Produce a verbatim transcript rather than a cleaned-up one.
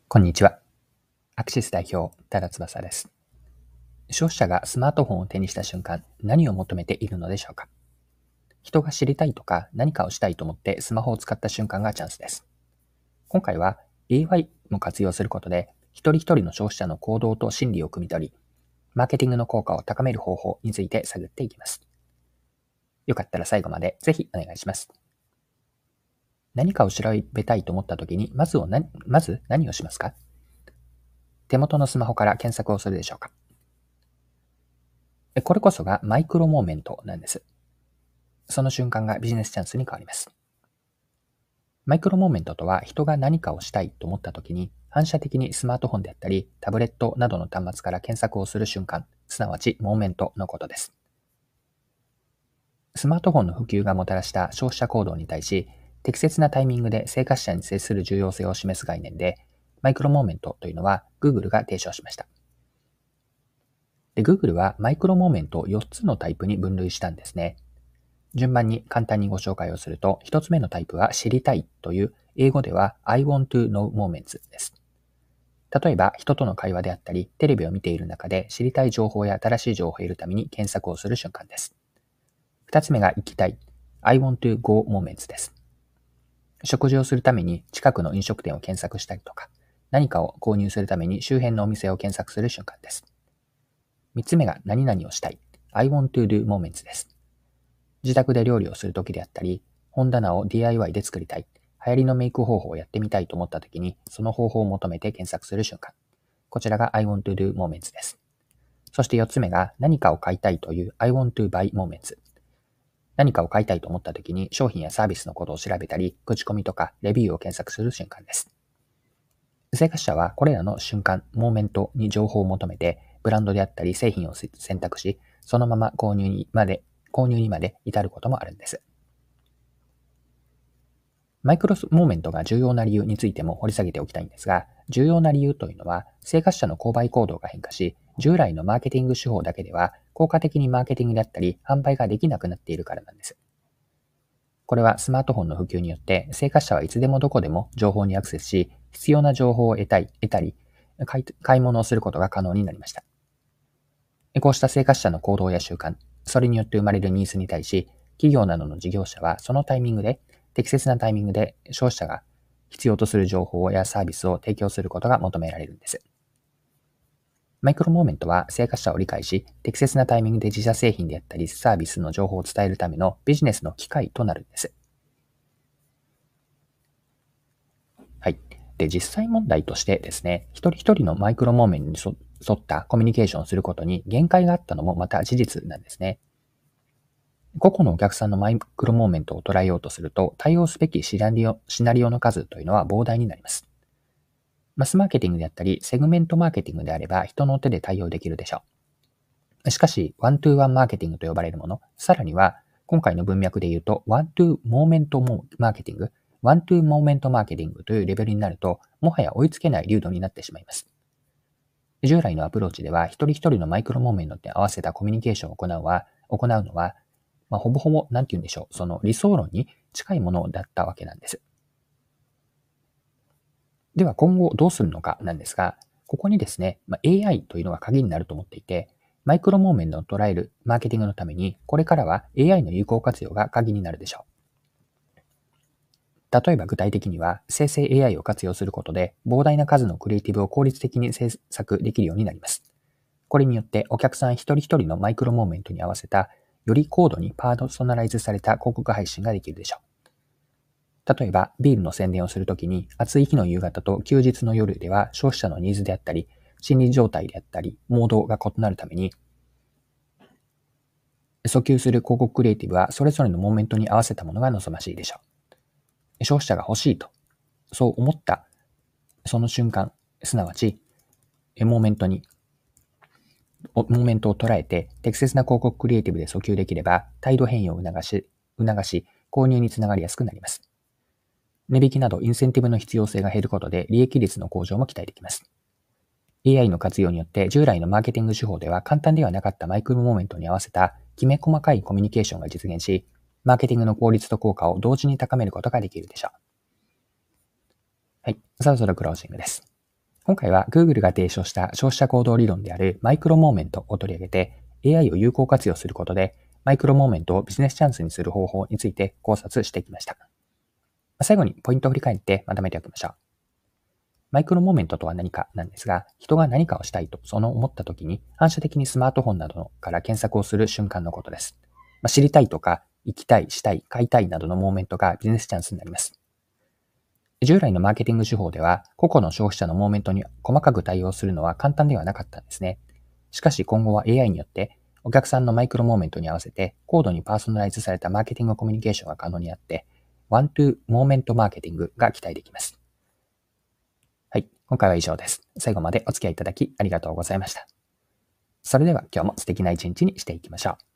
こんにちは。アクシス代表、多田翼です。消費者がスマートフォンを手にした瞬間、何を求めているのでしょうか？人が知りたいとか何かをしたいと思ってスマホを使った瞬間がチャンスです。今回は エーアイ も活用することで、一人一人の消費者の行動と心理を汲み取り、マーケティングの効果を高める方法について探っていきます。よかったら最後までぜひお願いします。何かを調べたいと思った時に、まずを何、まず何をしますか？手元のスマホから検索をするでしょうか？これこそがマイクロモーメントなんです。その瞬間がビジネスチャンスに変わります。マイクロモーメントとは、人が何かをしたいと思った時に、反射的にスマートフォンであったり、タブレットなどの端末から検索をする瞬間、すなわちモーメントのことです。スマートフォンの普及がもたらした消費者行動に対し、適切なタイミングで生活者に接する重要性を示す概念で、マイクロモーメントというのは Google が提唱しました。で、Google はマイクロモーメントをよっつのタイプに分類したんですね。順番に簡単にご紹介をすると、一つ目のタイプは知りたいという、英語では I want to know moments です。例えば、人との会話であったり、テレビを見ている中で知りたい情報や新しい情報を得るために検索をする瞬間です。二つ目が行きたい I want to go moments です。食事をするために近くの飲食店を検索したりとか、何かを購入するために周辺のお店を検索する瞬間です。三つ目が何々をしたい I want to do moments です。自宅で料理をするときであったり、本棚を ディーアイワイ で作りたい、流行りのメイク方法をやってみたいと思ったときに、その方法を求めて検索する瞬間。こちらが I want to do moments です。そしてよっつめが何かを買いたいという I want to buy moments。何かを買いたいと思ったときに商品やサービスのことを調べたり、口コミとかレビューを検索する瞬間です。生活者はこれらの瞬間、モーメントに情報を求めて、ブランドであったり製品を選択し、そのまま購入にまで購入にまで至ることもあるんです。マイクロモーメントが重要な理由についても掘り下げておきたいんですが、重要な理由というのは、生活者の購買行動が変化し、従来のマーケティング手法だけでは、効果的にマーケティングであったり、販売ができなくなっているからなんです。これはスマートフォンの普及によって、生活者はいつでもどこでも情報にアクセスし、必要な情報を得たい、得たり、買い買い物をすることが可能になりました。こうした生活者の行動や習慣、それによって生まれるニーズに対し、企業などの事業者はそのタイミングで、適切なタイミングで消費者が必要とする情報やサービスを提供することが求められるんです。マイクロモーメントは生活者を理解し、適切なタイミングで自社製品であったりサービスの情報を伝えるためのビジネスの機会となるんです。はい。で、実際問題としてですね、一人一人のマイクロモーメントに沿ったコミュニケーションをすることに限界があったのもまた事実なんですね。個々のお客さんのマイクロモーメントを捉えようとすると、対応すべきシナリオ、シナリオの数というのは膨大になります。マスマーケティングであったり、セグメントマーケティングであれば人の手で対応できるでしょう。しかし、ワントゥーワンマーケティングと呼ばれるもの、さらには、今回の文脈で言うと、ワントゥーモーメントマーケティング、ワントゥーモーメントマーケティングというレベルになると、もはや追いつけない流度になってしまいます。従来のアプローチでは、一人一人のマイクロモーメントに合わせたコミュニケーションを行うは行うのは、まあ、ほぼほぼ、なんて言うんでしょう、その理想論に近いものだったわけなんです。では今後どうするのかなんですが、ここにですね、まあ、エーアイ というのが鍵になると思っていて、マイクロモーメントを捉えるマーケティングのために、これからは エーアイ の有効活用が鍵になるでしょう。例えば具体的には、生成 エーアイ を活用することで、膨大な数のクリエイティブを効率的に制作できるようになります。これによってお客さん一人一人のマイクロモーメントに合わせた、より高度にパーソナライズされた広告配信ができるでしょう。例えば、ビールの宣伝をするときに、暑い日の夕方と休日の夜では消費者のニーズであったり、心理状態であったり、モードが異なるために、訴求する広告クリエイティブはそれぞれのモーメントに合わせたものが望ましいでしょう。消費者が欲しいと、そう思ったその瞬間、すなわち、モーメントに、モーメントを捉えて適切な広告クリエイティブで訴求できれば、態度変容を促し、促し、購入につながりやすくなります。値引きなどインセンティブの必要性が減ることで利益率の向上も期待できます。エーアイ の活用によって従来のマーケティング手法では簡単ではなかったマイクロモーメントに合わせたきめ細かいコミュニケーションが実現し、マーケティングの効率と効果を同時に高めることができるでしょう。はい、そろそろクロージングです。 今回は Google が提唱した消費者行動理論であるマイクロモーメントを取り上げて エーアイ を有効活用することでマイクロモーメントをビジネスチャンスにする方法について考察してきました。最後にポイントを振り返ってまとめておきましょう。マイクロモーメントとは何かなんですが、人が何かをしたいとその思った時に反射的にスマートフォンなどから検索をする瞬間のことです。まあ、知りたいとか行きたい、したい、買いたいなどのモーメントがビジネスチャンスになります。従来のマーケティング手法では個々の消費者のモーメントに細かく対応するのは簡単ではなかったんですね。しかし今後は エーアイ によってお客さんのマイクロモーメントに合わせて高度にパーソナライズされたマーケティングコミュニケーションが可能になってワントゥーモーメントマーケティングが期待できます。はい、今回は以上です。最後までお付き合いいただきありがとうございました。それでは今日も素敵な一日にしていきましょう。